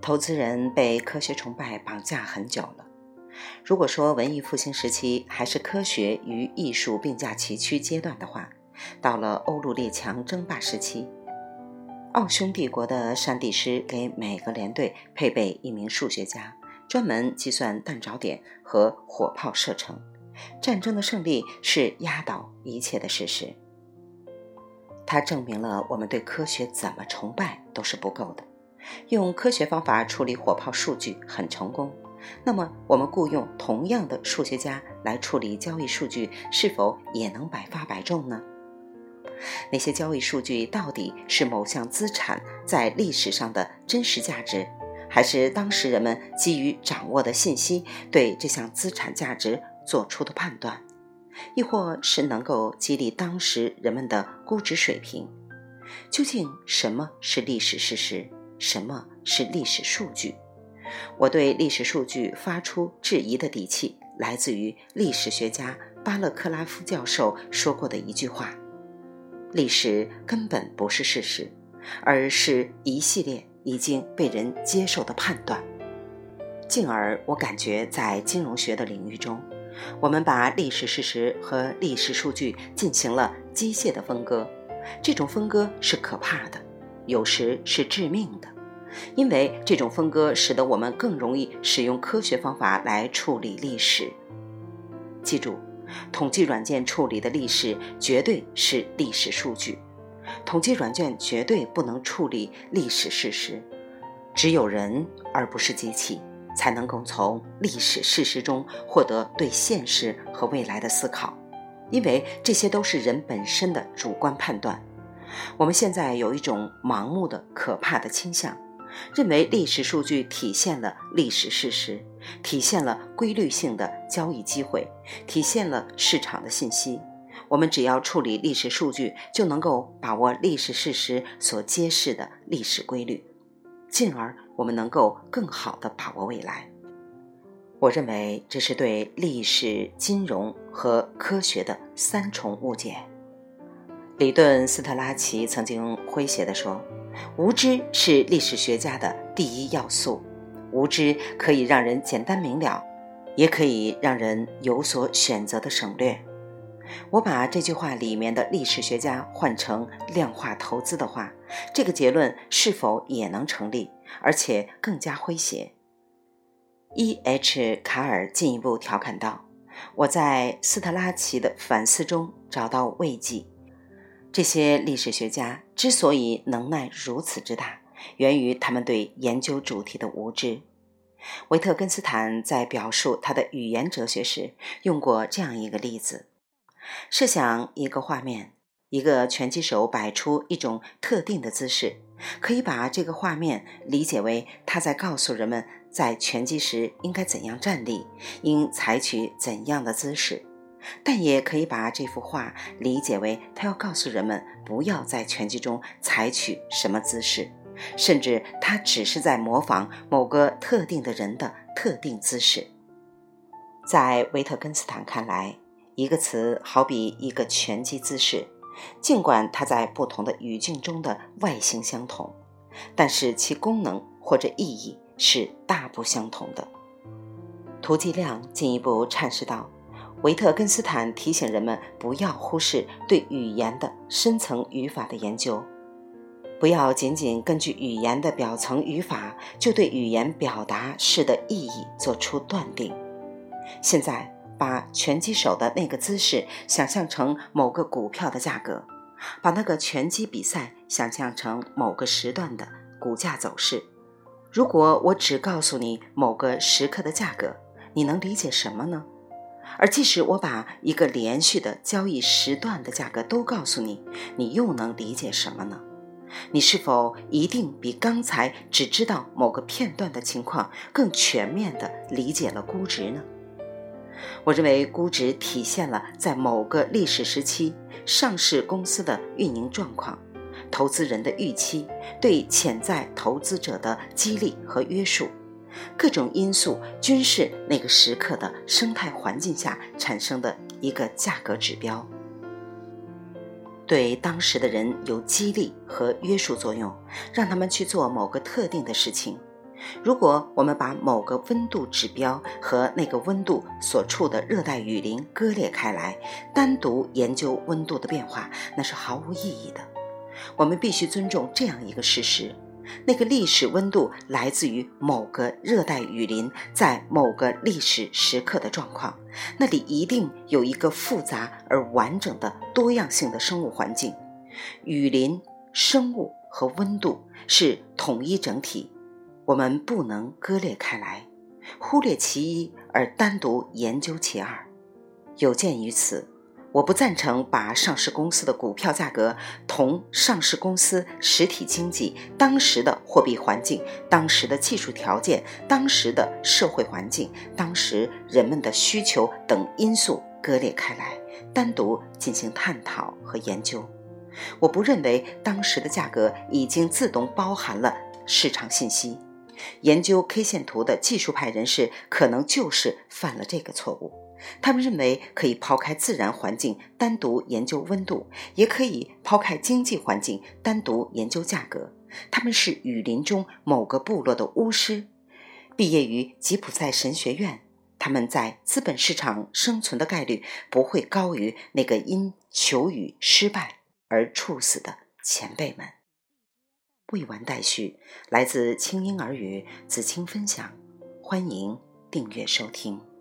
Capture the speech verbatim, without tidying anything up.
投资人被科学崇拜绑架很久了。如果说文艺复兴时期还是科学与艺术并驾齐驱阶段的话，到了欧陆列强争霸时期，奥匈帝国的山地师给每个连队配备一名数学家，专门计算弹着点和火炮射程。战争的胜利是压倒一切的事实。它证明了我们对科学怎么崇拜都是不够的。用科学方法处理火炮数据很成功，那么我们雇用同样的数学家来处理交易数据，是否也能百发百中呢？那些交易数据到底是某项资产在历史上的真实价值，还是当时人们基于掌握的信息对这项资产价值做出的判断，亦或是能够激励当时人们的估值水平？究竟什么是历史事实，什么是历史数据？我对历史数据发出质疑的底气，来自于历史学家巴勒克拉夫教授说过的一句话：历史根本不是事实，而是一系列已经被人接受的判断。进而我感觉在金融学的领域中，我们把历史事实和历史数据进行了机械的分割，这种分割是可怕的，有时是致命的，因为这种分割使得我们更容易使用科学方法来处理历史。记住，统计软件处理的历史绝对是历史数据，统计软件绝对不能处理历史事实。只有人而不是机器，才能够从历史事实中获得对现实和未来的思考，因为这些都是人本身的主观判断。我们现在有一种盲目的可怕的倾向，认为历史数据体现了历史事实，体现了规律性的交易机会，体现了市场的信息。我们只要处理历史数据，就能够把握历史事实所揭示的历史规律，进而我们能够更好地把握未来。我认为这是对历史、金融和科学的三重误解。里顿·斯特拉奇曾经诙谐地说，无知是历史学家的第一要素。无知可以让人简单明了，也可以让人有所选择的省略。我把这句话里面的历史学家换成量化投资的话，这个结论是否也能成立，而且更加诙谐。E H 卡尔进一步调侃道，我在斯特拉奇的反思中找到慰藉。这些历史学家之所以能耐如此之大，源于他们对研究主题的无知。维特根斯坦在表述他的语言哲学时用过这样一个例子：设想一个画面，一个拳击手摆出一种特定的姿势，可以把这个画面理解为他在告诉人们在拳击时应该怎样站立，应采取怎样的姿势，但也可以把这幅画理解为他要告诉人们不要在拳击中采取什么姿势，甚至他只是在模仿某个特定的人的特定姿势。在维特根斯坦看来，一个词好比一个拳击姿势，尽管它在不同的语境中的外形相同，但是其功能或者意义是大不相同的。涂继亮进一步阐释道，维特根斯坦提醒人们不要忽视对语言的深层语法的研究，不要仅仅根据语言的表层语法就对语言表达式的意义做出断定。现在把拳击手的那个姿势想象成某个股票的价格，把那个拳击比赛想象成某个时段的股价走势。如果我只告诉你某个时刻的价格，你能理解什么呢？而即使我把一个连续的交易时段的价格都告诉你，你又能理解什么呢？你是否一定比刚才只知道某个片段的情况更全面地理解了估值呢？我认为估值体现了在某个历史时期上市公司的运营状况、投资人的预期、对潜在投资者的激励和约束，各种因素均是那个时刻的生态环境下产生的一个价格指标，对当时的人有激励和约束作用，让他们去做某个特定的事情。 如果我们把某个温度指标和那个温度所处的热带雨林割裂开来，单独研究温度的变化，那是毫无意义的。我们必须尊重这样一个事实，那个历史温度来自于某个热带雨林在某个历史时刻的状况，那里一定有一个复杂而完整的多样性的生物环境。雨林、生物和温度是统一整体，我们不能割裂开来，忽略其一而单独研究其二。有鉴于此，我不赞成把上市公司的股票价格同上市公司实体经济、当时的货币环境、当时的技术条件、当时的社会环境、当时人们的需求等因素割裂开来，单独进行探讨和研究。我不认为当时的价格已经自动包含了市场信息。研究 K 线图的技术派人士可能就是犯了这个错误。他们认为可以抛开自然环境单独研究温度，也可以抛开经济环境单独研究价格。他们是雨林中某个部落的巫师，毕业于吉普赛神学院。他们在资本市场生存的概率不会高于那个因求雨失败而处死的前辈们。未完待续，来自清婴儿语子青分享，欢迎订阅收听。